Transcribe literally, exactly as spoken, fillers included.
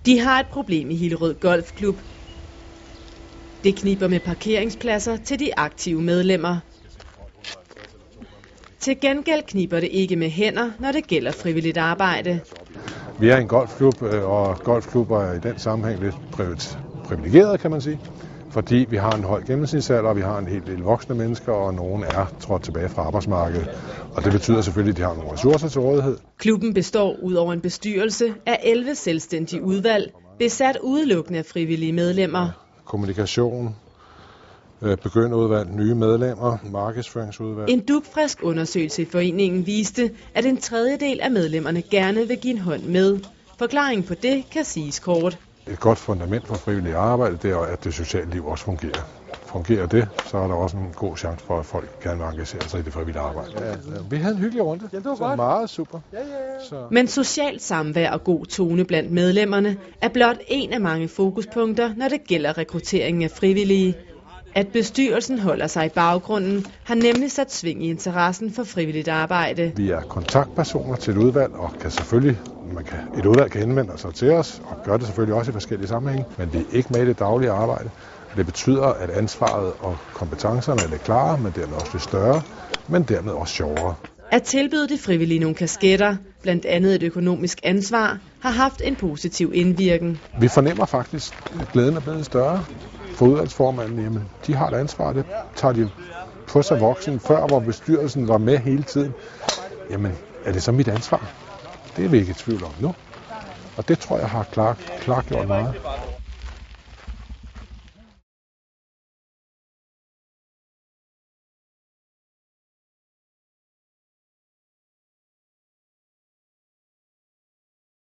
De har et problem i Hillerød Golfklub. Det kniber med parkeringspladser til de aktive medlemmer. Til gengæld kniber det ikke med hænder, når det gælder frivilligt arbejde. Vi er en golfklub, og golfklubber er i den sammenhæng lidt privilegeret, kan man sige. Fordi vi har en høj gennemsnitsalder, og vi har en hel del voksne mennesker, og nogen er trådt tilbage fra arbejdsmarkedet. Og det betyder selvfølgelig, at de har nogle ressourcer til rådighed. Klubben består ud over en bestyrelse af elleve selvstændige udvalg, besat udelukkende af frivillige medlemmer. Kommunikation, begynderudvalg, nye medlemmer, markedsføringsudvalg. En dugfrisk undersøgelse i foreningen viste, at en tredjedel af medlemmerne gerne vil give en hånd med. Forklaringen på det kan siges kort. Et godt fundament for frivilligt arbejde, det er, at det sociale liv også fungerer. Fungerer det, så er der også en god chance for, at folk gerne vil engagere sig i det frivillige arbejde. Ja, ja. Vi havde en hyggelig runde. Ja, det var godt. Meget super. Ja, ja, ja. Så. Men socialt samvær og god tone blandt medlemmerne er blot en af mange fokuspunkter, når det gælder rekrutteringen af frivillige. At bestyrelsen holder sig i baggrunden, har nemlig sat sving i interessen for frivilligt arbejde. Vi er kontaktpersoner til et udvalg, og kan selvfølgelig, man kan, et udvalg kan henvende sig til os, og gør det selvfølgelig også i forskellige sammenhænge, men vi er ikke med i det daglige arbejde. Det betyder, at ansvaret og kompetencerne er lidt klare, men dermed også lidt større, men dermed også sjovere. At tilbyde de frivillige nogle kasketter, blandt andet et økonomisk ansvar, har haft en positiv indvirken. Vi fornemmer faktisk, at glæden er blevet større. For udvalgsformanden, jamen, de har et ansvar, det tager de på sig voksen. Før, hvor bestyrelsen var med hele tiden, jamen, er det så mit ansvar? Det er vi ikke i tvivl om nu. Og det tror jeg har klar, klargjort meget.